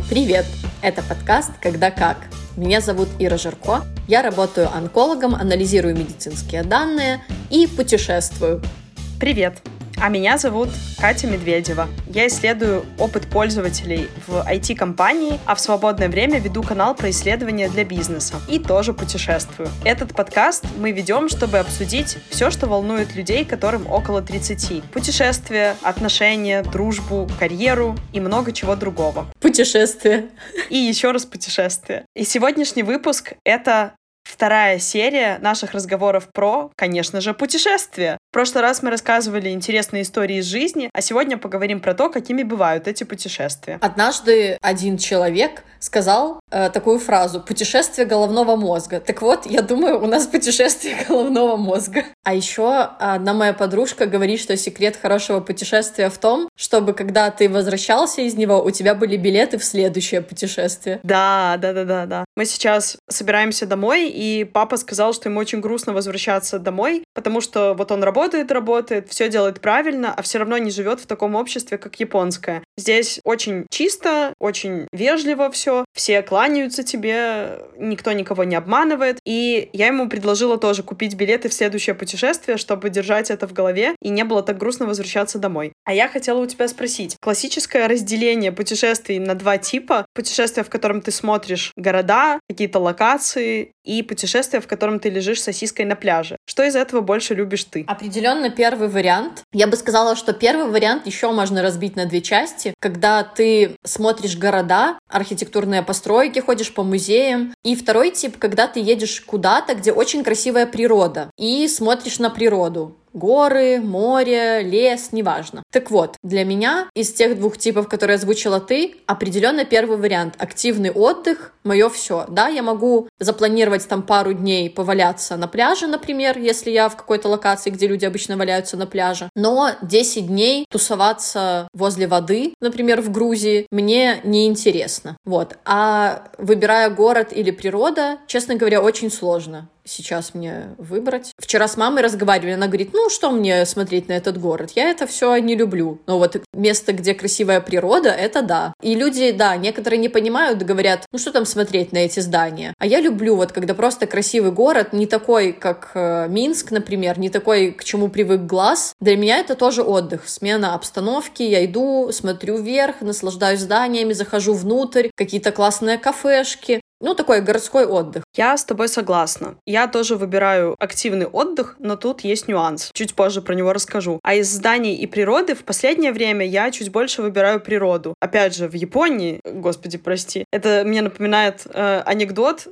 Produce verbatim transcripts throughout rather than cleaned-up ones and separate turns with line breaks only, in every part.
Привет! Это подкаст «Когда как». Меня зовут Ира Жирко, я работаю онкологом, анализирую медицинские данные и путешествую.
Привет! А меня зовут Катя Медведева. Я исследую опыт пользователей в ай ти-компании, а в свободное время веду канал про исследования для бизнеса и тоже путешествую. Этот подкаст мы ведем, чтобы обсудить все, что волнует людей, которым около тридцати. Путешествия, отношения, дружбу, карьеру и много чего другого.
Путешествия.
И еще раз путешествия. И сегодняшний выпуск — это вторая серия наших разговоров про, конечно же, путешествия. В прошлый раз мы рассказывали интересные истории из жизни, а сегодня поговорим про то, какими бывают эти путешествия.
Однажды один человек сказал э, такую фразу «путешествие головного мозга». Так вот, я думаю, у нас путешествие головного мозга. А еще одна моя подружка говорит, что секрет хорошего путешествия в том, чтобы когда ты возвращался из него, у тебя были билеты в следующее путешествие.
Да, да, да, да, да. Мы сейчас собираемся домой, и папа сказал, что ему очень грустно возвращаться домой, потому что вот он работает, работает, все делает правильно, а все равно не живет в таком обществе, как японское. Здесь очень чисто, очень вежливо все, все кланяются тебе, никто никого не обманывает. И я ему предложила тоже купить билеты в следующее путешествие, чтобы держать это в голове, и не было так грустно возвращаться домой. А я хотела у тебя спросить, классическое разделение путешествий на два типа: путешествие, в котором ты смотришь города, какие-то локации, и путешествие, в котором ты лежишь сосиской на пляже. Что из этого больше любишь ты?
Определенно первый вариант. Я бы сказала, что первый вариант еще можно разбить на две части. Когда ты смотришь города, архитектурные постройки, ходишь по музеям. И второй тип, когда ты едешь куда-то, где очень красивая природа, и смотришь на природу. Горы, море, лес, неважно. Так вот, для меня из тех двух типов, которые озвучила ты, определенно первый вариант. Активный отдых — мое все. Да, я могу запланировать там пару дней поваляться на пляже, например, если я в какой-то локации, где люди обычно валяются на пляже. Но десять дней тусоваться возле воды, например, в Грузии, мне неинтересно. Вот. А выбирая город или природа, честно говоря, очень сложно сейчас мне выбрать. Вчера с мамой разговаривали, она говорит, ну, что мне смотреть на этот город? Я это все не люблю. Но вот место, где красивая природа, это да. И люди, да, некоторые не понимают, говорят, ну, что там смотреть на эти здания? А я люблю вот, когда просто красивый город, не такой, как э, Минск, например, не такой, к чему привык глаз. Для меня это тоже отдых, смена обстановки. Я иду, смотрю вверх, наслаждаюсь зданиями, захожу внутрь, какие-то классные кафешки. Ну, такой городской отдых.
Я с тобой согласна. Я тоже выбираю активный отдых, но тут есть нюанс. Чуть позже про него расскажу. А из зданий и природы в последнее время я чуть больше выбираю природу. Опять же, в Японии, господи, прости, это мне напоминает э, анекдот.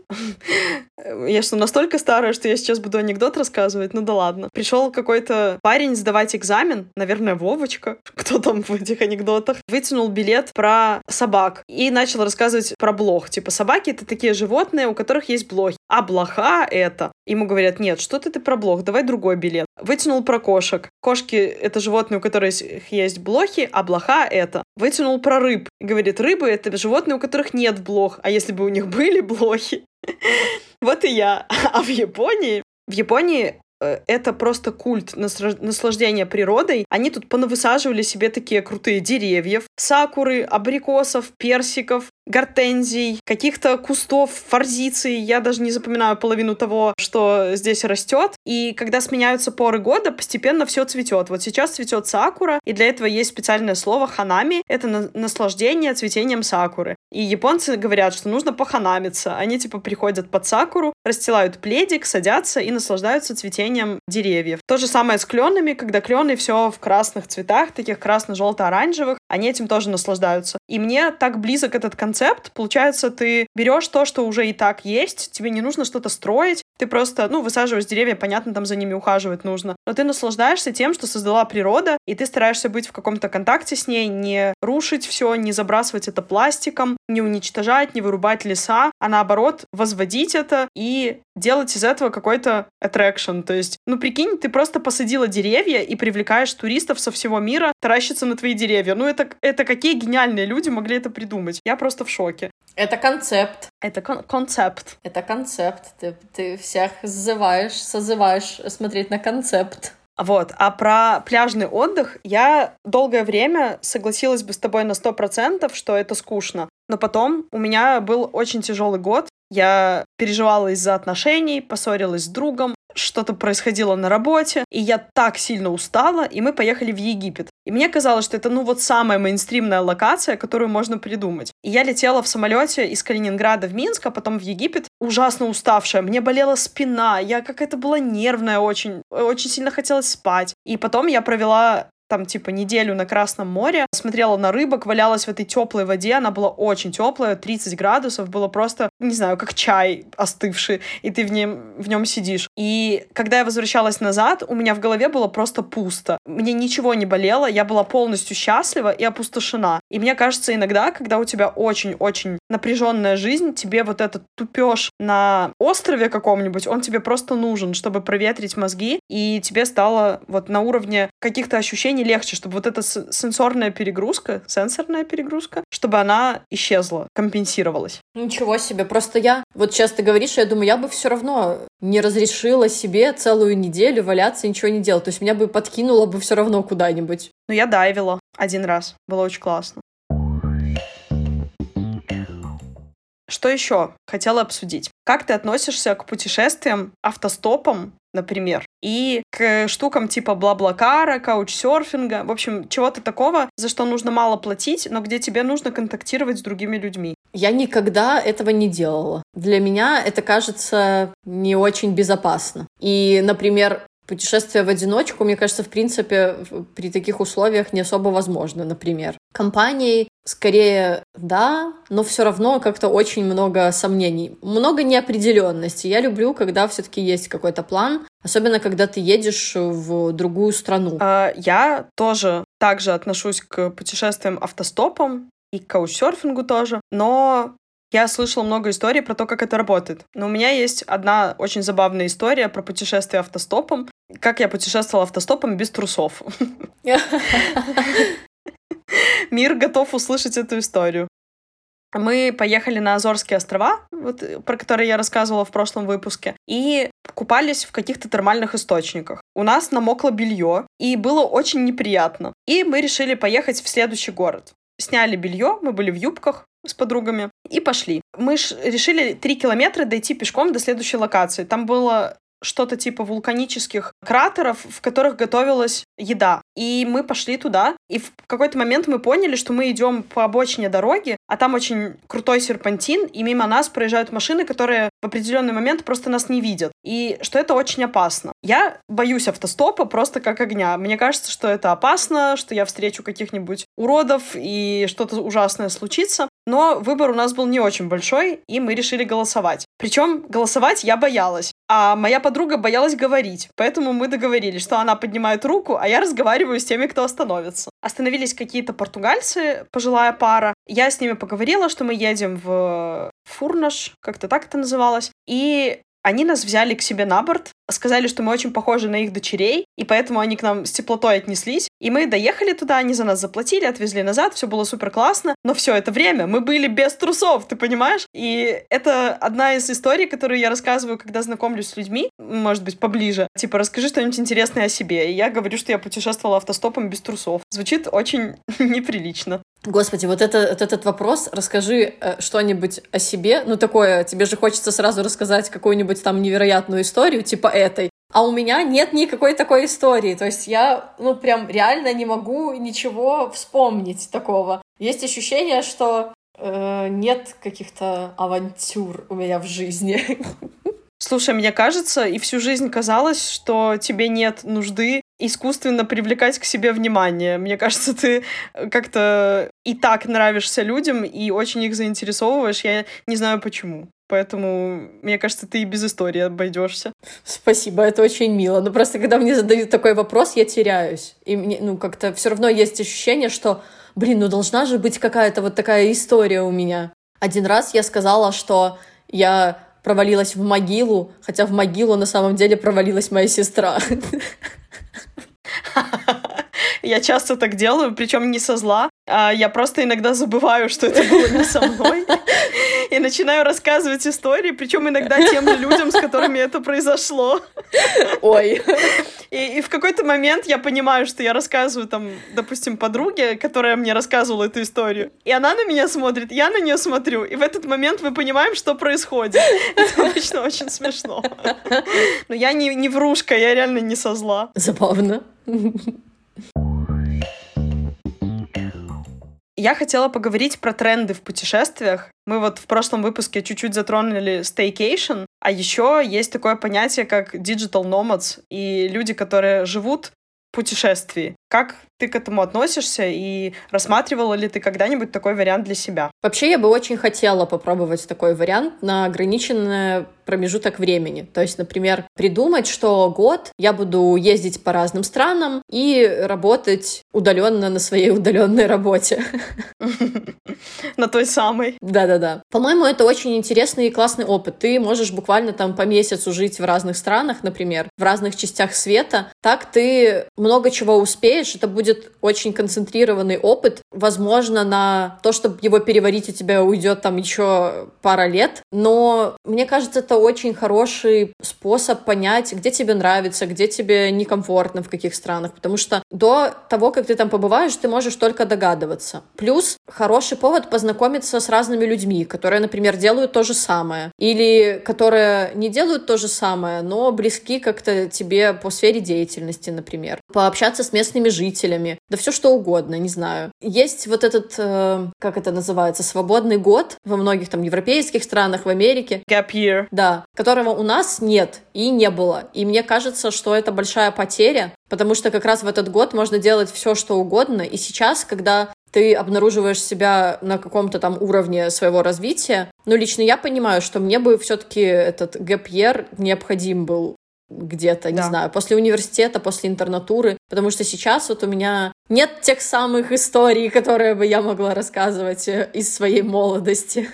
Я что, настолько старая, что я сейчас буду анекдот рассказывать? Ну да ладно. Пришел какой-то парень сдавать экзамен, наверное, Вовочка, кто там в этих анекдотах, вытянул билет про собак и начал рассказывать про блох. Типа, собаки — это такие животные, у которых есть блохи. А блоха — это... Ему говорят, нет, что ты, ты про блох, давай другой билет. Вытянул про кошек. Кошки — это животные, у которых есть блохи, а блоха — это. Вытянул про рыб. Говорит, рыбы — это животные, у которых нет блох. А если бы у них были блохи? Вот и я. А в Японии... В Японии это просто культ наслаждения природой. Они тут понавысаживали себе такие крутые деревьев. Сакуры, абрикосов, персиков, гортензий, каких-то кустов, форзиций. Я даже не запоминаю половину того, что здесь растет. И когда сменяются поры года, постепенно все цветет. Вот сейчас цветет сакура, и для этого есть специальное слово ханами. Это на- наслаждение цветением сакуры. И японцы говорят, что нужно поханамиться. Они типа приходят под сакуру, расстилают пледик, садятся и наслаждаются цветением деревьев. То же самое с кленами, когда клены все в красных цветах, таких красно-желто-оранжевых, они этим тоже наслаждаются. И мне так близок этот концепт. Получается, ты берешь то, что уже и так есть, тебе не нужно что-то строить, ты просто, ну, высаживаешь деревья, понятно, там за ними ухаживать нужно, но ты наслаждаешься тем, что создала природа, и ты стараешься быть в каком-то контакте с ней, не рушить все, не забрасывать это пластиком, не уничтожать, не вырубать леса, а наоборот возводить это и делать из этого какой-то attraction. То есть, ну, прикинь, ты просто посадила деревья и привлекаешь туристов со всего мира таращиться на твои деревья. Ну, это, это какие гениальные люди могли это придумать. Я просто в шоке.
Это концепт.
Это кон- концепт.
Это концепт. Ты, ты всех созываешь, созываешь смотреть на концепт.
Вот. А про пляжный отдых я долгое время согласилась бы с тобой на сто процентов, что это скучно. Но потом у меня был очень тяжелый год. Я переживала из-за отношений, поссорилась с другом, что-то происходило на работе, и я так сильно устала, и мы поехали в Египет. И мне казалось, что это, ну, вот самая мейнстримная локация, которую можно придумать. И я летела в самолете из Калининграда в Минск, а потом в Египет, ужасно уставшая. Мне болела спина, я какая-то была нервная очень, очень сильно хотелось спать. И потом я провела там, типа, неделю на Красном море, смотрела на рыбок, валялась в этой теплой воде, она была очень теплая, тридцать градусов, было просто, не знаю, как чай остывший, и ты в нем, в нем сидишь. И когда я возвращалась назад, у меня в голове было просто пусто. Мне ничего не болело, я была полностью счастлива и опустошена. И мне кажется, иногда, когда у тебя очень-очень напряженная жизнь, тебе вот этот тупеж на острове каком-нибудь, он тебе просто нужен, чтобы проветрить мозги, и тебе стало вот на уровне каких-то ощущений легче, чтобы вот эта сенсорная перегрузка, сенсорная перегрузка, чтобы она исчезла, компенсировалась.
Ничего себе. Просто я, вот сейчас ты говоришь, я думаю, я бы все равно не разрешила себе целую неделю валяться и ничего не делать. То есть меня бы подкинуло бы все равно куда-нибудь.
Ну, я дайвила один раз. Было очень классно. Что еще хотела обсудить? Как ты относишься к путешествиям автостопом, например, и к штукам типа бла-блакара, каучсерфинга, в общем, чего-то такого, за что нужно мало платить, но где тебе нужно контактировать с другими людьми?
Я никогда этого не делала. Для меня это кажется не очень безопасно. И, например, путешествие в одиночку, мне кажется, в принципе, при таких условиях не особо возможно, например. Компанией скорее да, но все равно как-то очень много сомнений, много неопределенности. Я люблю, когда все-таки есть какой-то план, особенно когда ты едешь в другую страну.
Я тоже также отношусь к путешествиям автостопом и к каучсерфингу тоже, но я слышала много историй про то, как это работает. Но у меня есть одна очень забавная история про путешествие автостопом. Как я путешествовала автостопом без трусов. Мир готов услышать эту историю. Мы поехали на Азорские острова, вот, про которые я рассказывала в прошлом выпуске, и купались в каких-то термальных источниках. У нас намокло белье, и было очень неприятно. И мы решили поехать в следующий город. Сняли белье, мы были в юбках с подругами, и пошли. Мы решили три километра дойти пешком до следующей локации. Там было что-то типа вулканических кратеров, в которых готовилась еда. И мы пошли туда, и в какой-то момент мы поняли, что мы идем по обочине дороги, а там очень крутой серпантин, и мимо нас проезжают машины, которые в определенный момент просто нас не видят. И что это очень опасно. Я боюсь автостопа просто как огня. Мне кажется, что это опасно, что я встречу каких-нибудь уродов, и что-то ужасное случится. Но выбор у нас был не очень большой, и мы решили голосовать. Причем голосовать я боялась, а моя подруга боялась говорить. Поэтому мы договорились, что она поднимает руку, а я разговариваю с теми, кто остановится. Остановились какие-то португальцы, пожилая пара. Я с ними поговорила, что мы едем в Фурнаш, как-то так это называлось. И они нас взяли к себе на борт, сказали, что мы очень похожи на их дочерей, и поэтому они к нам с теплотой отнеслись. И мы доехали туда, они за нас заплатили, отвезли назад, все было супер классно. Но все это время мы были без трусов, ты понимаешь? И это одна из историй, которую я рассказываю, когда знакомлюсь с людьми, может быть, поближе. Типа, расскажи что-нибудь интересное о себе. И я говорю, что я путешествовала автостопом без трусов. Звучит очень неприлично.
Господи, вот, это, вот этот вопрос, расскажи э, что-нибудь о себе, ну такое, тебе же хочется сразу рассказать какую-нибудь там невероятную историю, типа этой, а у меня нет никакой такой истории, то есть я, ну прям реально не могу ничего вспомнить такого. Есть ощущение, что э, нет каких-то авантюр у меня в жизни.
Слушай, мне кажется, и всю жизнь казалось, что тебе нет нужды искусственно привлекать к себе внимание. Мне кажется, ты как-то и так нравишься людям и очень их заинтересовываешь. Я не знаю почему. Поэтому, мне кажется, ты и без истории обойдешься.
Спасибо, это очень мило. Но просто когда мне задают такой вопрос, я теряюсь. И мне, ну, как-то все равно есть ощущение, что, блин, ну должна же быть какая-то вот такая история у меня. Один раз я сказала, что я провалилась в могилу, хотя в могилу на самом деле провалилась моя сестра.
Я часто так делаю, причем не со зла. А я просто иногда забываю, что это было не со мной. И начинаю рассказывать истории, причем иногда тем же людям, с которыми это произошло.
Ой.
И, и в какой-то момент я понимаю, что я рассказываю, там, допустим, подруге, которая мне рассказывала эту историю, и она на меня смотрит, я на нее смотрю, и в этот момент мы понимаем, что происходит. Это обычно очень смешно. Но я не, не врушка, я реально не со зла.
Забавно.
Я хотела поговорить про тренды в путешествиях. Мы вот в прошлом выпуске чуть-чуть затронули staycation, а еще есть такое понятие, как digital nomads, и люди, которые живут в путешествии. Как ты к этому относишься и рассматривала ли ты когда-нибудь такой вариант для себя?
Вообще, я бы очень хотела попробовать такой вариант на ограниченный промежуток времени. То есть, например, придумать, что год я буду ездить по разным странам и работать удаленно на своей удаленной работе.
На той самой.
Да-да-да. По-моему, это очень интересный и классный опыт. Ты можешь буквально там по месяцу жить в разных странах, например, в разных частях света. Так ты много чего успеешь. Это будет очень концентрированный опыт. Возможно, на то, чтобы его переварить, у тебя уйдет там еще пара лет. Но мне кажется, это очень хороший способ понять, где тебе нравится, где тебе некомфортно, в каких странах. Потому что до того, как ты там побываешь, ты можешь только догадываться. Плюс хороший повод познакомиться с разными людьми, которые, например, делают то же самое. Или которые не делают то же самое, но близки как-то тебе по сфере деятельности, например. Пообщаться с местными жителями. Да все что угодно, не знаю. Есть вот этот, э, как это называется, свободный год во многих там европейских странах, в Америке.
Gap year.
Да, которого у нас нет и не было. И мне кажется, что это большая потеря, потому что как раз в этот год можно делать все что угодно. И сейчас, когда ты обнаруживаешь себя на каком-то там уровне своего развития, ну, лично я понимаю, что мне бы все-таки этот gap year необходим был где-то, не
да.
знаю, после университета, после интернатуры, потому что сейчас вот у меня нет тех самых историй, которые бы я могла рассказывать из своей молодости.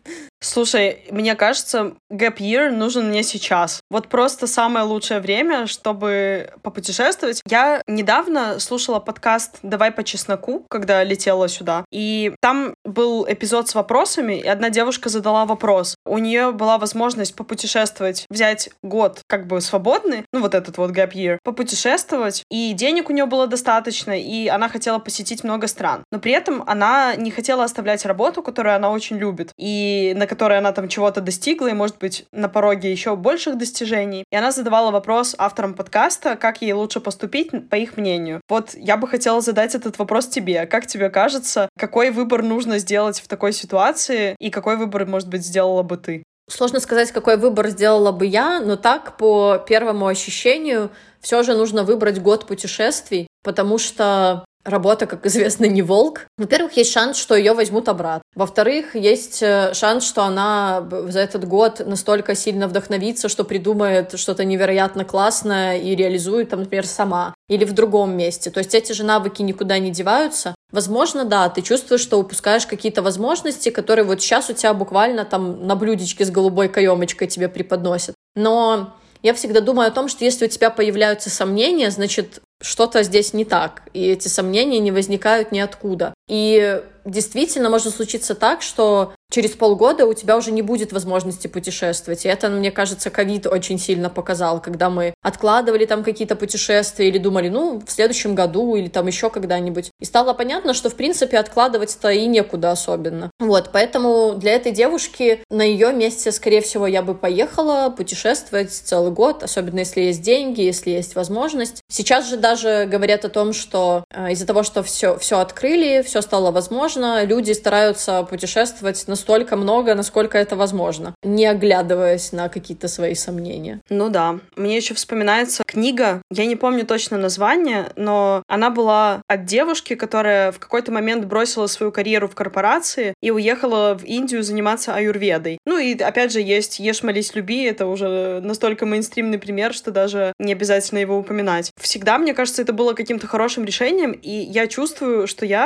Слушай, мне кажется, gap year нужен мне сейчас. Вот просто самое лучшее время, чтобы попутешествовать. Я недавно слушала подкаст «Давай по чесноку», когда летела сюда. И там был эпизод с вопросами, и одна девушка задала вопрос. У нее была возможность попутешествовать, взять год как бы свободный, ну вот этот вот gap year, попутешествовать, и денег у нее было достаточно, и она хотела посетить много стран. Но при этом она не хотела оставлять работу, которую она очень любит, и на которой она там чего-то достигла, и, может быть, на пороге еще больших достижений. И она задавала вопрос авторам подкаста, как ей лучше поступить, по их мнению. Вот я бы хотела задать этот вопрос тебе. Как тебе кажется, какой выбор нужно сделать в такой ситуации, и какой выбор, может быть, сделала бы ты?
Сложно сказать, какой выбор сделала бы я, но так, по первому ощущению, все же нужно выбрать год путешествий, потому что работа, как известно, не волк. Во-первых, есть шанс, что ее возьмут обратно. Во-вторых, есть шанс, что она за этот год настолько сильно вдохновится, что придумает что-то невероятно классное и реализует, там, например, сама. Или в другом месте. То есть эти же навыки никуда не деваются. Возможно, да, ты чувствуешь, что упускаешь какие-то возможности, которые вот сейчас у тебя буквально там на блюдечке с голубой каемочкой тебе преподносят. Но я всегда думаю о том, что если у тебя появляются сомнения, значит, что-то здесь не так, и эти сомнения не возникают ниоткуда. И действительно может случиться так, что через полгода у тебя уже не будет возможности путешествовать. И это, мне кажется, ковид очень сильно показал, когда мы откладывали там какие-то путешествия или думали, ну, в следующем году или там еще когда-нибудь. И стало понятно, что, в принципе, откладывать-то и некуда особенно. Вот, поэтому для этой девушки на ее месте, скорее всего, я бы поехала путешествовать целый год, особенно если есть деньги, если есть возможность. Сейчас же даже говорят о том, что э, из-за того, что все, все открыли, все стало возможно, люди стараются путешествовать настолько много, насколько это возможно, не оглядываясь на какие-то свои сомнения.
Ну да. Мне еще вспоминается книга, я не помню точно название, но она была от девушки, которая в какой-то момент бросила свою карьеру в корпорации и уехала в Индию заниматься аюрведой. Ну и опять же есть «Ешь, молись, люби», это уже настолько мейнстримный пример, что даже не обязательно его упоминать. Всегда, мне кажется, это было каким-то хорошим решением, и я чувствую, что я тоже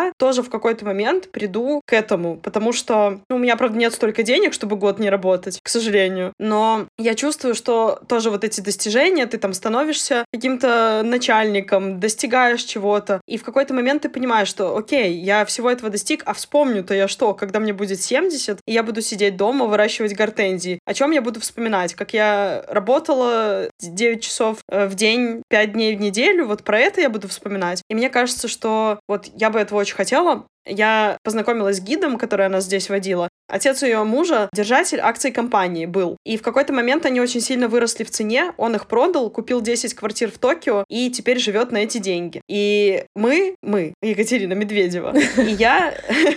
тоже в какой-то момент приду к этому, потому что ну, у меня, правда, нет столько денег, чтобы год не работать, к сожалению, но я чувствую, что тоже вот эти достижения, ты там становишься каким-то начальником, достигаешь чего-то, и в какой-то момент ты понимаешь, что окей, я всего этого достиг, а вспомню-то я что, когда мне будет семьдесят, и я буду сидеть дома, выращивать гортензии. О чем я буду вспоминать? Как я работала девять часов в день, пять дней в неделю, вот про это я буду вспоминать. И мне кажется, что вот я бы этого очень хотела. Я познакомилась с гидом, который она здесь водила. Отец ее мужа — держатель акций компании был. И в какой-то момент они очень сильно выросли в цене, он их продал, купил десять квартир в Токио и теперь живет на эти деньги. И мы, мы, Екатерина Медведева, и я...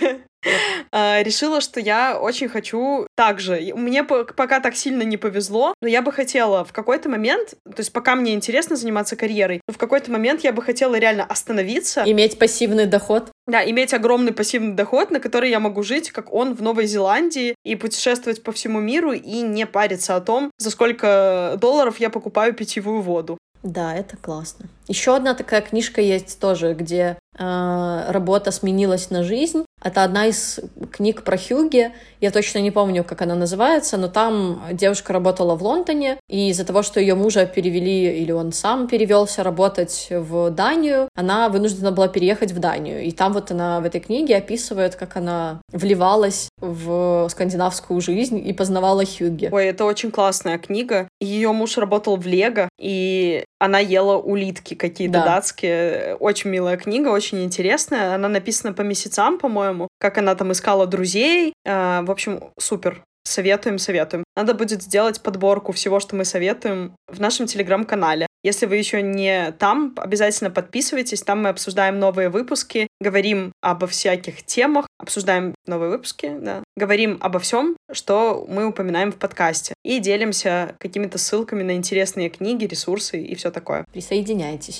решила, что я очень хочу так же. Мне пока так сильно не повезло, но я бы хотела в какой-то момент, то есть пока мне интересно заниматься карьерой, но в какой-то момент я бы хотела реально остановиться.
Иметь пассивный доход.
Да, иметь огромный пассивный доход, на который я могу жить, как он в Новой Зеландии, и путешествовать по всему миру, и не париться о том, за сколько долларов я покупаю питьевую воду.
Да, это классно. Еще одна такая книжка есть тоже, где э, работа сменилась на жизнь. Это одна из книг про Хьюги. Я точно не помню, как она называется, но там девушка работала в Лондоне, и из-за того, что ее мужа перевели, или он сам перевелся работать в Данию, она вынуждена была переехать в Данию. И там вот она в этой книге описывает, как она вливалась в скандинавскую жизнь и познавала Хьюги.
Ой, это очень классная книга. Ее муж работал в Лего, и она ела улитки какие-то, да, датские. Очень милая книга, очень интересная. Она написана по месяцам, по-моему, как она там искала друзей. Э, в общем, супер. Советуем, советуем. Надо будет сделать подборку всего, что мы советуем в нашем телеграм-канале. Если вы еще не там, обязательно подписывайтесь. Там мы обсуждаем новые выпуски, говорим обо всяких темах, обсуждаем новые выпуски, да, говорим обо всем, что мы упоминаем в подкасте. И делимся какими-то ссылками на интересные книги, ресурсы и все такое.
Присоединяйтесь.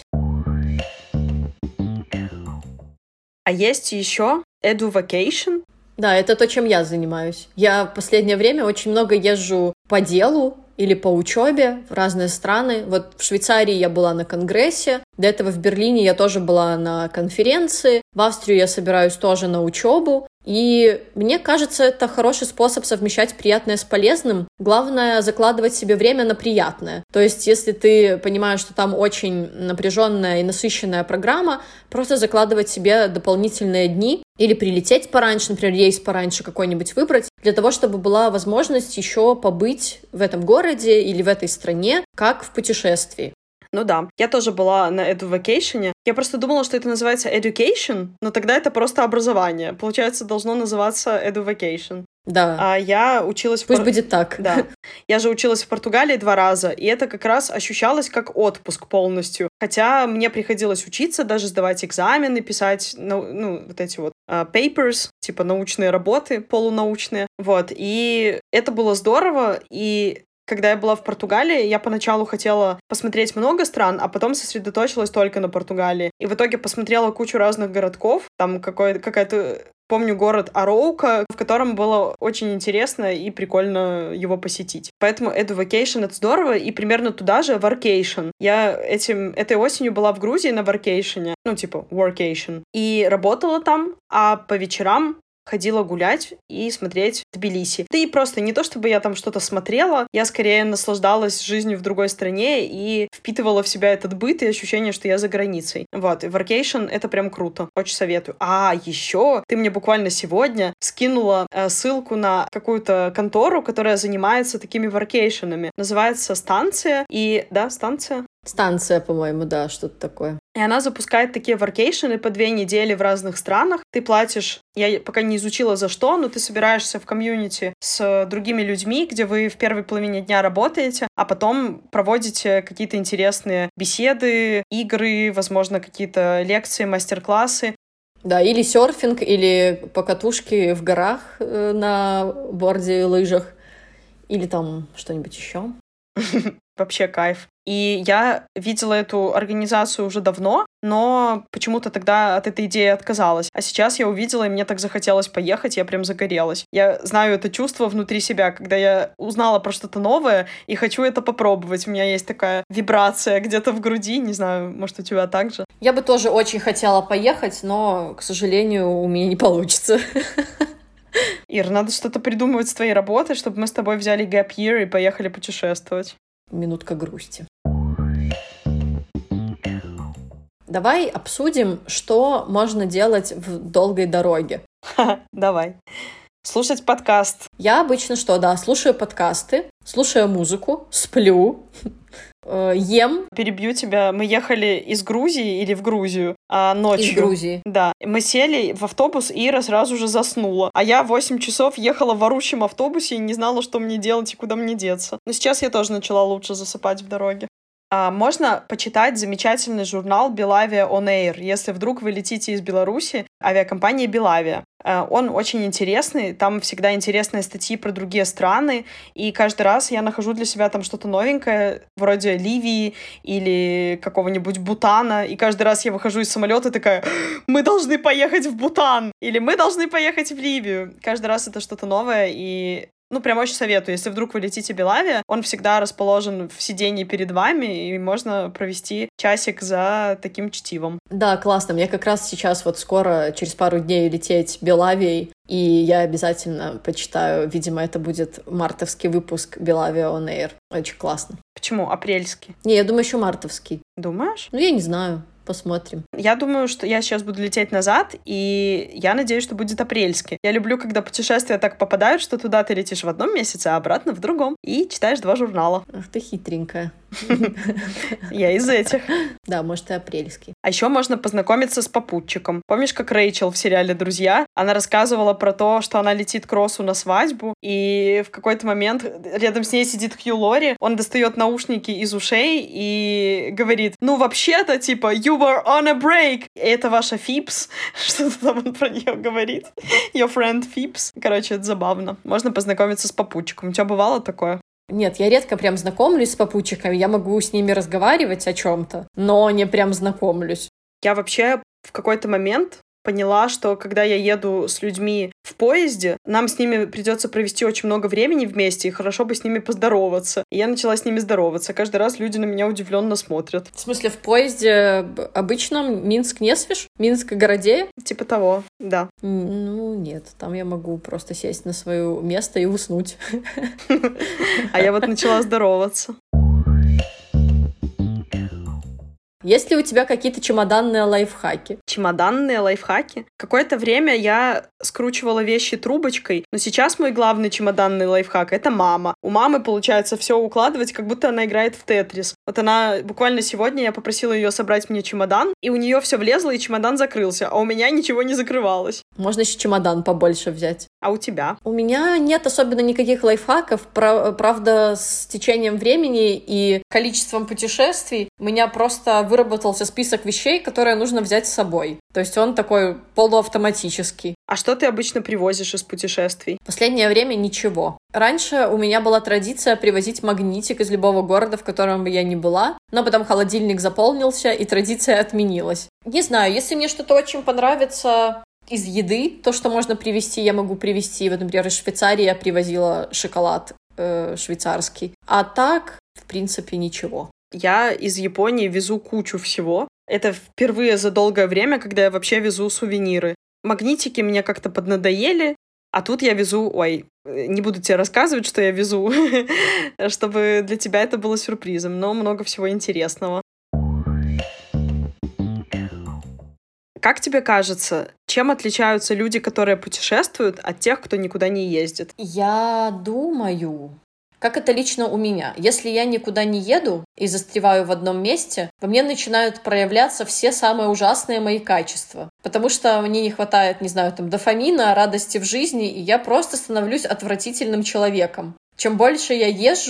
А есть еще Eduvacation.
Да, это то, чем я занимаюсь. Я в последнее время очень много езжу по делу или по учебе в разные страны. Вот в Швейцарии я была на конгрессе, до этого в Берлине я тоже была на конференции, в Австрию я собираюсь тоже на учебу. И мне кажется, это хороший способ совмещать приятное с полезным. Главное — закладывать себе время на приятное. То есть, если ты понимаешь, что там очень напряженная и насыщенная программа, просто закладывать себе дополнительные дни или прилететь пораньше, например, рейс пораньше какой-нибудь выбрать, для того, чтобы была возможность еще побыть в этом городе или в этой стране, как в путешествии.
Ну да, я тоже была на Eduvacation. Я просто думала, что это называется Education, но тогда это просто образование. Получается, должно называться Eduvacation.
Да.
А я училась...
Пусть
в...
будет так.
Да. Я же училась в Португалии два раза, и это как раз ощущалось как отпуск полностью. Хотя мне приходилось учиться, даже сдавать экзамены, писать, ну, ну вот эти вот uh, papers, типа научные работы, полунаучные. Вот. И это было здорово, и... Когда я была в Португалии, я поначалу хотела посмотреть много стран, а потом сосредоточилась только на Португалии. И в итоге посмотрела кучу разных городков. Там какой- какая-то... Помню город Ароука, в котором было очень интересно и прикольно его посетить. Поэтому Eduvacation — это здорово, и примерно туда же Workation. Я этим, этой осенью была в Грузии на Workation, ну типа Workation, и работала там, а по вечерам ходила гулять и смотреть Тбилиси. Да и просто не то, чтобы я там что-то смотрела, я скорее наслаждалась жизнью в другой стране и впитывала в себя этот быт и ощущение, что я за границей. Вот, и Workation — это прям круто. Очень советую. А, еще ты мне буквально сегодня скинула э, ссылку на какую-то контору, которая занимается такими воркейшенами. Называется «Станция». И, да, «Станция».
Станция, по-моему, да, что-то такое.
И она запускает такие воркейшены по две недели в разных странах. Ты платишь, я пока не изучила за что, но ты собираешься в комьюнити с другими людьми, где вы в первой половине дня работаете, а потом проводите какие-то интересные беседы, игры, возможно, какие-то лекции, мастер-классы.
Да, или серфинг, или покатушки в горах э, на борде и лыжах, или там что-нибудь еще.
Вообще кайф. И я видела эту организацию уже давно, но почему-то тогда от этой идеи отказалась. А сейчас я увидела, и мне так захотелось поехать, я прям загорелась. Я знаю это чувство внутри себя, когда я узнала про что-то новое и хочу это попробовать. У меня есть такая вибрация где-то в груди, не знаю, может, у тебя так же?
Я бы тоже очень хотела поехать, но, к сожалению, у меня не получится.
Ир, надо что-то придумывать с твоей работой, чтобы мы с тобой взяли gap year и поехали путешествовать.
Минутка грусти. Давай обсудим, что можно делать в долгой дороге.
Давай. Слушать подкаст.
Я обычно что, да, слушаю подкасты, слушаю музыку, сплю, ем.
Перебью тебя. Мы ехали из Грузии или в Грузию а ночью.
Из Грузии.
Да. Мы сели в автобус, и Ира сразу же заснула. А я восемь часов ехала в орущем автобусе и не знала, что мне делать и куда мне деться. Но сейчас я тоже начала лучше засыпать в дороге. А можно почитать замечательный журнал «Белавия On Air», если вдруг вы летите из Беларуси, авиакомпания «Белавия». Он очень интересный, там всегда интересные статьи про другие страны, и каждый раз я нахожу для себя там что-то новенькое, вроде Ливии или какого-нибудь Бутана, и каждый раз я выхожу из самолета такая: мы должны поехать в Бутан, или мы должны поехать в Ливию. Каждый раз это что-то новое, и ну, прям очень советую. Если вдруг вы летите Белавия, он всегда расположен в сидении перед вами, и можно провести часик за таким чтивом.
Да, классно. Мне как раз сейчас вот скоро, через пару дней, лететь Белавией, и я обязательно почитаю. Видимо, это будет мартовский выпуск Белавия On Air. Очень классно.
Почему? Апрельский?
Не, я думаю, еще мартовский.
Думаешь?
Ну, я не знаю. Посмотрим.
Я думаю, что я сейчас буду лететь назад, и я надеюсь, что будет апрельский. Я люблю, когда путешествия так попадают, что туда ты летишь в одном месяце, а обратно в другом. И читаешь два журнала.
Ах ты хитренькая.
Я из этих.
Да, может, и апрельский.
А еще можно познакомиться с попутчиком. Помнишь, как Рэйчел в сериале «Друзья»? Она рассказывала про то, что она летит к Россу на свадьбу, и в какой-то момент рядом с ней сидит Хью Лори, он достает наушники из ушей и говорит: ну, вообще-то, типа, you were on a break. И это ваша Фипс. Что-то там он про нее говорит. Your friend Фипс. Короче, это забавно. Можно познакомиться с попутчиком. У тебя бывало такое?
Нет, я редко прям знакомлюсь с попутчиками, я могу с ними разговаривать о чем-то, но не прям знакомлюсь.
Я вообще в какой-то момент поняла, что когда я еду с людьми в поезде, нам с ними придется провести очень много времени вместе, и хорошо бы с ними поздороваться. И я начала с ними здороваться. Каждый раз люди на меня удивленно смотрят.
В смысле, в поезде обычном Минск-Несвиж? Минск-Городея?
Типа того, да.
Ну, нет, там я могу просто сесть на свое место и уснуть.
А я вот начала здороваться.
Есть ли у тебя какие-то чемоданные лайфхаки?
Чемоданные лайфхаки? Какое-то время я скручивала вещи трубочкой, но сейчас мой главный чемоданный лайфхак — это мама. У мамы получается все укладывать, как будто она играет в Тетрис. Вот она буквально сегодня, я попросила ее собрать мне чемодан, и у нее все влезло, и чемодан закрылся, а у меня ничего не закрывалось.
Можно еще чемодан побольше взять.
А у тебя?
У меня нет особенно никаких лайфхаков. Правда, с течением времени и количеством путешествий у меня просто выработался список вещей, которые нужно взять с собой. То есть он такой полуавтоматический.
А что ты обычно привозишь из путешествий?
В последнее время ничего. Раньше у меня была традиция привозить магнитик из любого города, в котором бы я ни была, но потом холодильник заполнился, и традиция отменилась. Не знаю, если мне что-то очень понравится из еды, то, что можно привезти, я могу привезти. Вот, например, из Швейцарии я привозила шоколад э, швейцарский. А так, в принципе, ничего.
Я из Японии везу кучу всего. Это впервые за долгое время, когда я вообще везу сувениры. Магнитики мне как-то поднадоели, а тут я везу... Ой, не буду тебе рассказывать, что я везу, чтобы для тебя это было сюрпризом, но много всего интересного. Как тебе кажется, чем отличаются люди, которые путешествуют, от тех, кто никуда не ездит?
Я думаю, как это лично у меня. Если я никуда не еду и застреваю в одном месте, во мне начинают проявляться все самые ужасные мои качества. Потому что мне не хватает, не знаю, там, дофамина, радости в жизни, и я просто становлюсь отвратительным человеком. Чем больше я езжу,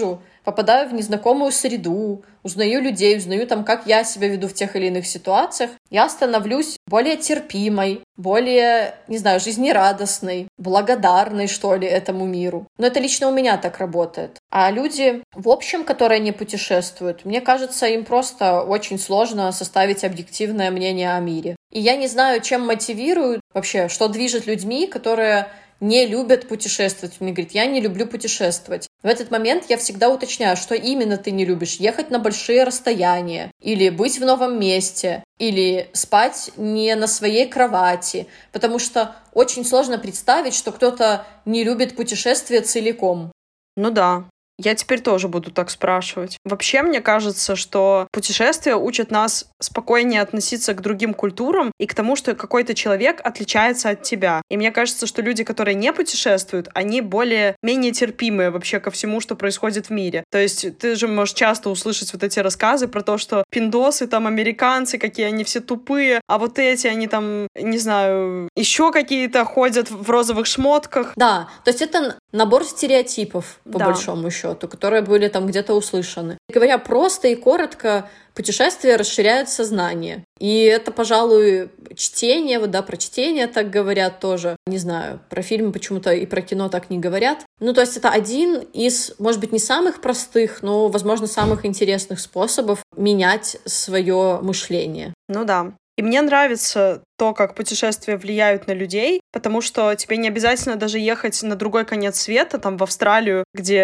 попадаю в незнакомую среду, узнаю людей, узнаю там, как я себя веду в тех или иных ситуациях, я становлюсь более терпимой, более, не знаю, жизнерадостной, благодарной, что ли, этому миру. Но это лично у меня так работает. А люди, в общем, которые не путешествуют, мне кажется, им просто очень сложно составить объективное мнение о мире. И я не знаю, чем мотивируют вообще, что движет людьми, которые не любят путешествовать. Мне говорит, я не люблю путешествовать. В этот момент я всегда уточняю, что именно ты не любишь. Ехать на большие расстояния, или быть в новом месте, или спать не на своей кровати. Потому что очень сложно представить, что кто-то не любит путешествия целиком.
Ну да. Я теперь тоже буду так спрашивать. Вообще, мне кажется, что путешествия учат нас спокойнее относиться к другим культурам и к тому, что какой-то человек отличается от тебя. И мне кажется, что люди, которые не путешествуют, они более, менее терпимые вообще ко всему, что происходит в мире. То есть ты же можешь часто услышать вот эти рассказы про то, что пиндосы, там, американцы, какие они все тупые, а вот эти, они там, не знаю, еще какие-то ходят в розовых шмотках.
Да, то есть это набор стереотипов, по
Да.
большому счету, которые были там где-то услышаны. Говоря просто и коротко, путешествия расширяют сознание. И это, пожалуй, чтение, вот да, про чтение так говорят тоже. Не знаю, про фильмы почему-то и про кино так не говорят. Ну, то есть это один из, может быть, не самых простых, но, возможно, самых интересных способов менять свое мышление.
Ну да. И мне нравится то, как путешествия влияют на людей, потому что тебе не обязательно даже ехать на другой конец света, там в Австралию,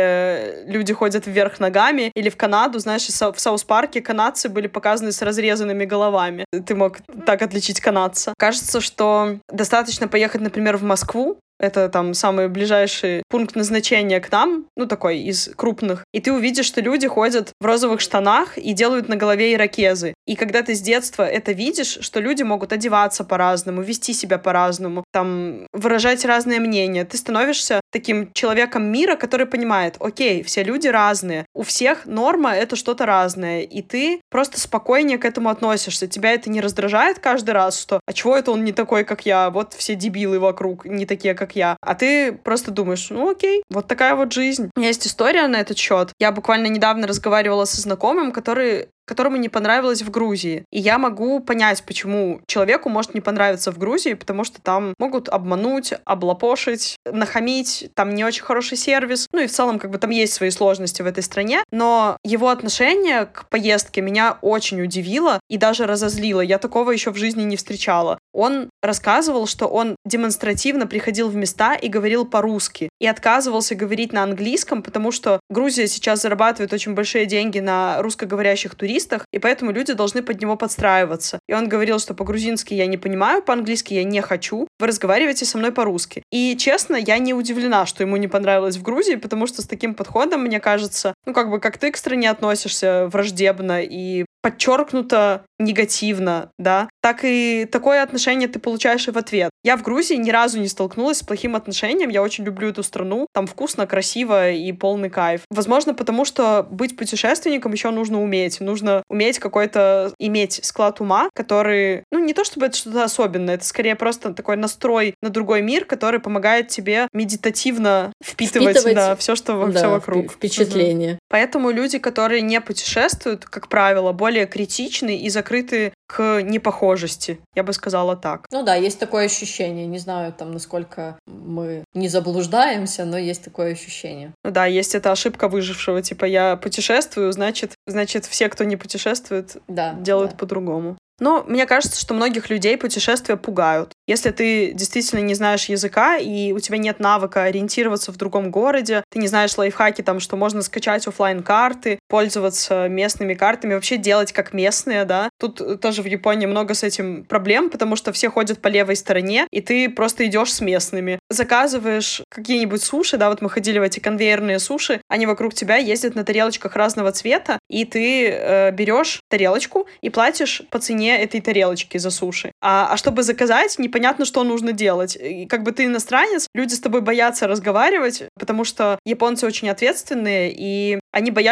где люди ходят вверх ногами, или в Канаду, знаешь, в Саус-парке канадцы были показаны с разрезанными головами. Ты мог так отличить канадца. Кажется, что достаточно поехать, например, в Москву, это там самый ближайший пункт назначения к нам, ну такой из крупных, и ты увидишь, что люди ходят в розовых штанах и делают на голове ирокезы. И когда ты с детства это видишь, что люди могут одеваться по-разному, вести себя по-разному, там, выражать разные мнения, ты становишься таким человеком мира, который понимает, окей, все люди разные, у всех норма — это что-то разное, и ты просто спокойнее к этому относишься. Тебя это не раздражает каждый раз, что «а чего это он не такой, как я? Вот все дебилы вокруг не такие, как я». А ты просто думаешь, ну окей, вот такая вот жизнь. У меня есть история на этот счет. Я буквально недавно разговаривала со знакомым, который которому не понравилось в Грузии. И я могу понять, почему человеку может не понравиться в Грузии, потому что там могут обмануть, облапошить, нахамить, там не очень хороший сервис. Ну и в целом, как бы там есть свои сложности в этой стране. Но его отношение к поездке меня очень удивило и даже разозлило. Я такого еще в жизни не встречала. Он рассказывал, что он демонстративно приходил в места и говорил по-русски. И отказывался говорить на английском, потому что Грузия сейчас зарабатывает очень большие деньги на русскоговорящих туристах, и поэтому люди должны под него подстраиваться. И он говорил, что по-грузински я не понимаю, по-английски я не хочу, вы разговариваете со мной по-русски. И, честно, я не удивлена, что ему не понравилось в Грузии, потому что с таким подходом, мне кажется, ну, как бы, как ты к стране относишься враждебно и подчеркнуто негативно, да, так и такое отношение ты получаешь и в ответ. Я в Грузии ни разу не столкнулась с плохим отношением, я очень люблю эту страну, там вкусно, красиво и полный кайф. Возможно, потому что быть путешественником еще нужно уметь, нужно уметь какой-то, иметь склад ума, который, ну, не то чтобы это что-то особенное, это скорее просто такой настрой на другой мир, который помогает тебе медитативно впитывать,
Впитывать
да, все, что
да,
все вокруг.
Впечатление.
Угу. Поэтому люди, которые не путешествуют, как правило, более критичны и закрыты к непохожести. Я бы сказала так.
Ну да, есть такое ощущение. Не знаю, там, насколько мы не заблуждаемся, но есть такое ощущение.
Ну да, есть эта ошибка выжившего. Типа, я путешествую, значит, значит все, кто не путешествует,
да,
делают
да.
по-другому. Но мне кажется, что многих людей путешествия пугают. Если ты действительно не знаешь языка, и у тебя нет навыка ориентироваться в другом городе, ты не знаешь лайфхаки, там, что можно скачать офлайн-карты, пользоваться местными картами, вообще делать как местные, да. Тут тоже в Японии много с этим проблем, потому что все ходят по левой стороне, и ты просто идешь с местными. Заказываешь какие-нибудь суши, да, вот мы ходили в эти конвейерные суши, они вокруг тебя ездят на тарелочках разного цвета, и ты э, берешь тарелочку и платишь по цене этой тарелочки за суши. А, а чтобы заказать, непонятно, что нужно делать. И как бы ты иностранец, люди с тобой боятся разговаривать, потому что японцы очень ответственные, и они боятся что-то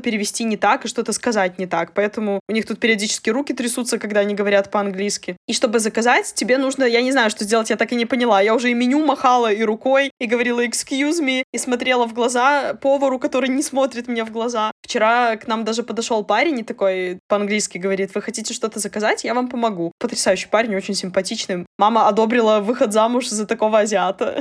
перевести не так и что-то сказать не так. Поэтому у них тут периодически руки трясутся, когда они говорят по-английски. И чтобы заказать, тебе нужно, я не знаю, что сделать, я так и не поняла. Я уже и меню махала, и рукой, и говорила excuse me, и смотрела в глаза повару, который не смотрит мне в глаза. Вчера к нам даже подошел парень и такой по-английски говорит: вы хотите что-то заказать? Я вам помогу. Потрясающий парень, очень симпатичный. Мама одобрила выход замуж за такого азиата.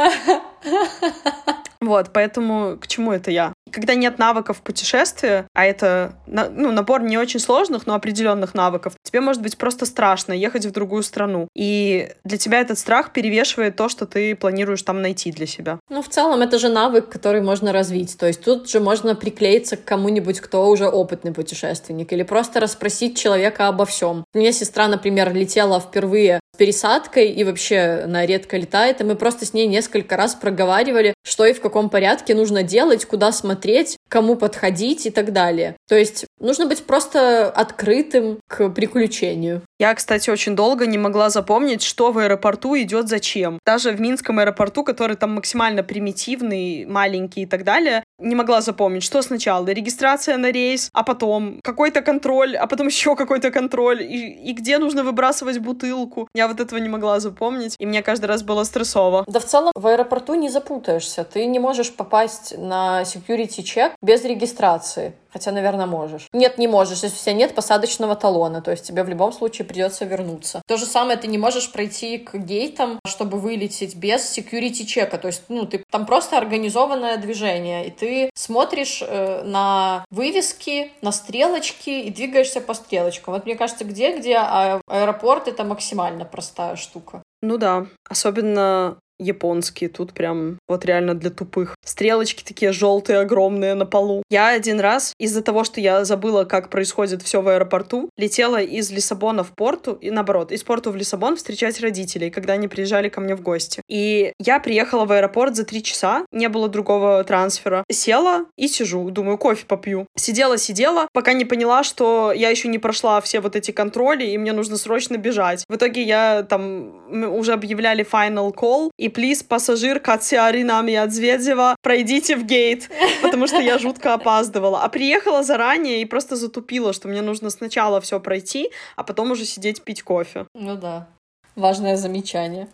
Вот, поэтому к чему это я? Когда нет навыков путешествия, а это ну, набор не очень сложных, но определенных навыков, тебе может быть просто страшно ехать в другую страну. И для тебя этот страх перевешивает то, что ты планируешь там найти для себя.
Ну, в целом, это же навык, который можно развить. То есть тут же можно приклеиться к кому-нибудь, кто уже опытный путешественник, или просто расспросить человека обо всем. У меня сестра, например, летела впервые с пересадкой, и вообще она редко летает, и мы просто с ней несколько раз проговаривали, что и в каком порядке нужно делать, куда смотреть, кому подходить и так далее. То есть нужно быть просто открытым к приключению.
Я, кстати, очень долго не могла запомнить, что в аэропорту идет зачем. Даже в Минском аэропорту, который там максимально примитивный, маленький и так далее, не могла запомнить, что сначала регистрация на рейс, а потом какой-то контроль, а потом еще какой-то контроль, и, и где нужно выбрасывать бутылку. Я вот этого не могла запомнить, и мне каждый раз было стрессово.
Да в целом в аэропорту не запутаешься. Ты не можешь попасть на security check без регистрации. Хотя, наверное, можешь. Нет, не можешь, если у тебя нет посадочного талона. То есть тебе в любом случае придется вернуться. То же самое ты не можешь пройти к гейтам, чтобы вылететь без security чека. То есть, ну, ты там просто организованное движение. И ты смотришь э, на вывески, на стрелочки и двигаешься по стрелочкам. Вот мне кажется, где-где, а аэропорт — это максимально простая штука.
Ну да, особенно японские, тут прям вот реально для тупых. Стрелочки такие желтые, огромные на полу. Я один раз из-за того, что я забыла, как происходит все в аэропорту, летела из Лиссабона в Порту, и наоборот, из Порту в Лиссабон встречать родителей, когда они приезжали ко мне в гости. И я приехала в аэропорт за три часа, не было другого трансфера. Села и сижу, думаю, кофе попью. Сидела-сидела, пока не поняла, что я еще не прошла все вот эти контроли, и мне нужно срочно бежать. В итоге я там уже объявляли final call, и плиз, пассажир Катсиарина Миядзведева, пройдите в гейт, потому что я жутко опаздывала. А приехала заранее и просто затупила, что мне нужно сначала все пройти, а потом уже сидеть пить кофе.
Ну да, важное замечание.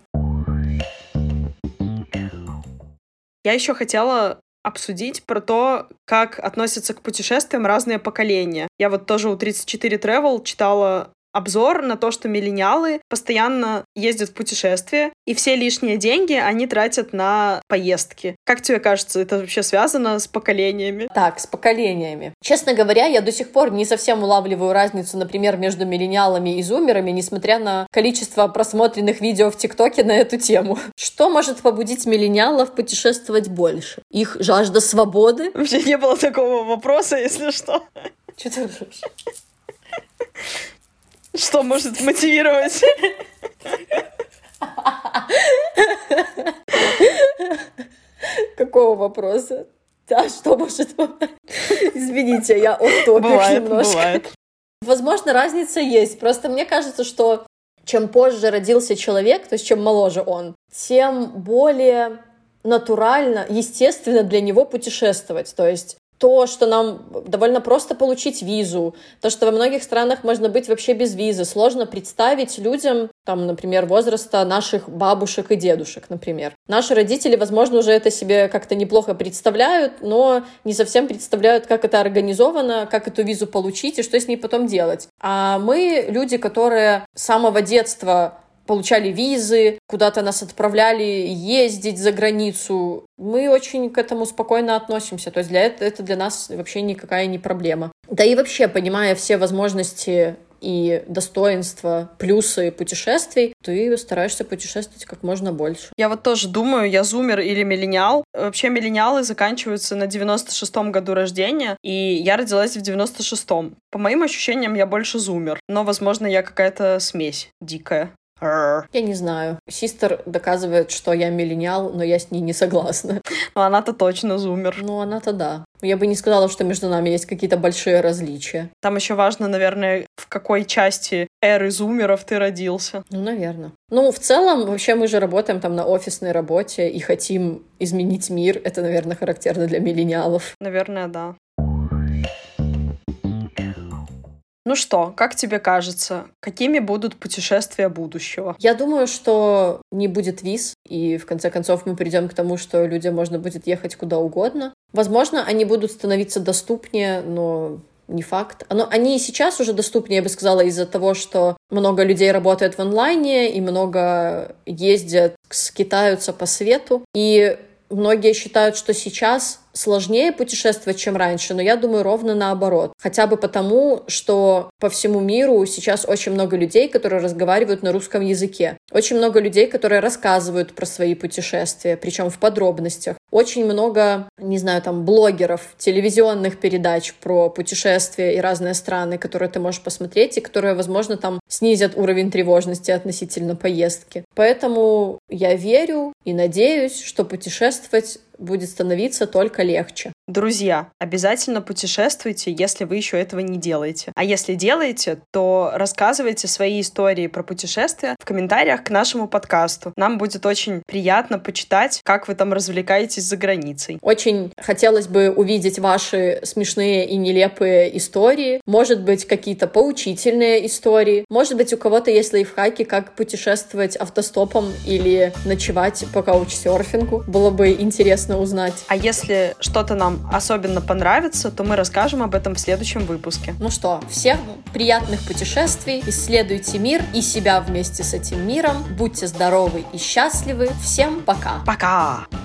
Я еще хотела обсудить про то, как относятся к путешествиям разные поколения. Я вот тоже у тридцать четыре Travel читала обзор на то, что миллениалы постоянно ездят в путешествия, и все лишние деньги они тратят на поездки. Как тебе кажется, это вообще связано с поколениями?
Так, с поколениями. Честно говоря, я до сих пор не совсем улавливаю разницу, например, между миллениалами и зумерами, несмотря на количество просмотренных видео в ТикТоке на эту тему. Что может побудить миллениалов путешествовать больше? Их жажда свободы?
Вообще не было такого вопроса, если что.
Что ты ржешь?
Что может мотивировать?
Какого вопроса? Да, что может... Извините, я офф-топик немножко.
Бывает.
Возможно, разница есть. Просто мне кажется, что чем позже родился человек, то есть чем моложе он, тем более натурально, естественно для него путешествовать. То есть то, что нам довольно просто получить визу, то, что во многих странах можно быть вообще без визы, сложно представить людям, там, например, возраста наших бабушек и дедушек, например. Наши родители, возможно, уже это себе как-то неплохо представляют, но не совсем представляют, как это организовано, как эту визу получить и что с ней потом делать. А мы, люди, которые с самого детства получали визы, куда-то нас отправляли ездить за границу. Мы очень к этому спокойно относимся. То есть для этого это для нас вообще никакая не проблема. Да и вообще, понимая все возможности и достоинства, плюсы путешествий, ты стараешься путешествовать как можно больше.
Я вот тоже думаю, я зумер или миллениал. Вообще миллениалы заканчиваются на девяносто шестом году рождения, и я родилась в девяносто шестом. По моим ощущениям, я больше зумер. Но, возможно, я какая-то смесь дикая.
Я не знаю. Систер доказывает, что я миллениал, но я с ней не согласна.
Но она-то точно зумер.
Ну, она-то да. Я бы не сказала, что между нами есть какие-то большие различия.
Там еще важно, наверное, в какой части эры зумеров ты родился.
Ну, наверное. Ну, в целом, вообще мы же работаем там на офисной работе и хотим изменить мир. Это, наверное, характерно для миллениалов.
Наверное, да. Ну что, как тебе кажется, какими будут путешествия будущего?
Я думаю, что не будет виз, и в конце концов мы придем к тому, что людям можно будет ехать куда угодно. Возможно, они будут становиться доступнее, но не факт. Но они и сейчас уже доступнее, я бы сказала, из-за того, что много людей работает в онлайне и много ездят, скитаются по свету. И многие считают, что сейчас сложнее путешествовать, чем раньше, но я думаю, ровно наоборот. Хотя бы потому, что по всему миру сейчас очень много людей, которые разговаривают на русском языке. Очень много людей, которые рассказывают про свои путешествия, причем в подробностях. Очень много, не знаю, там, блогеров, телевизионных передач про путешествия и разные страны, которые ты можешь посмотреть, и которые, возможно, там снизят уровень тревожности относительно поездки. Поэтому я верю и надеюсь, что путешествовать будет становиться только легче.
Друзья, обязательно путешествуйте, если вы еще этого не делаете. А если делаете, то рассказывайте свои истории про путешествия в комментариях к нашему подкасту. Нам будет очень приятно почитать, как вы там развлекаетесь за границей.
Очень хотелось бы увидеть ваши смешные и нелепые истории. Может быть, какие-то поучительные истории. Может быть, у кого-то есть лайфхаки, как путешествовать автостопом или ночевать по каучсерфингу. Было бы интересно узнать.
А если что-то нам особенно понравится, то мы расскажем об этом в следующем выпуске.
Ну что, всем приятных путешествий, исследуйте мир и себя вместе с этим миром, будьте здоровы и счастливы. Всем пока!
Пока!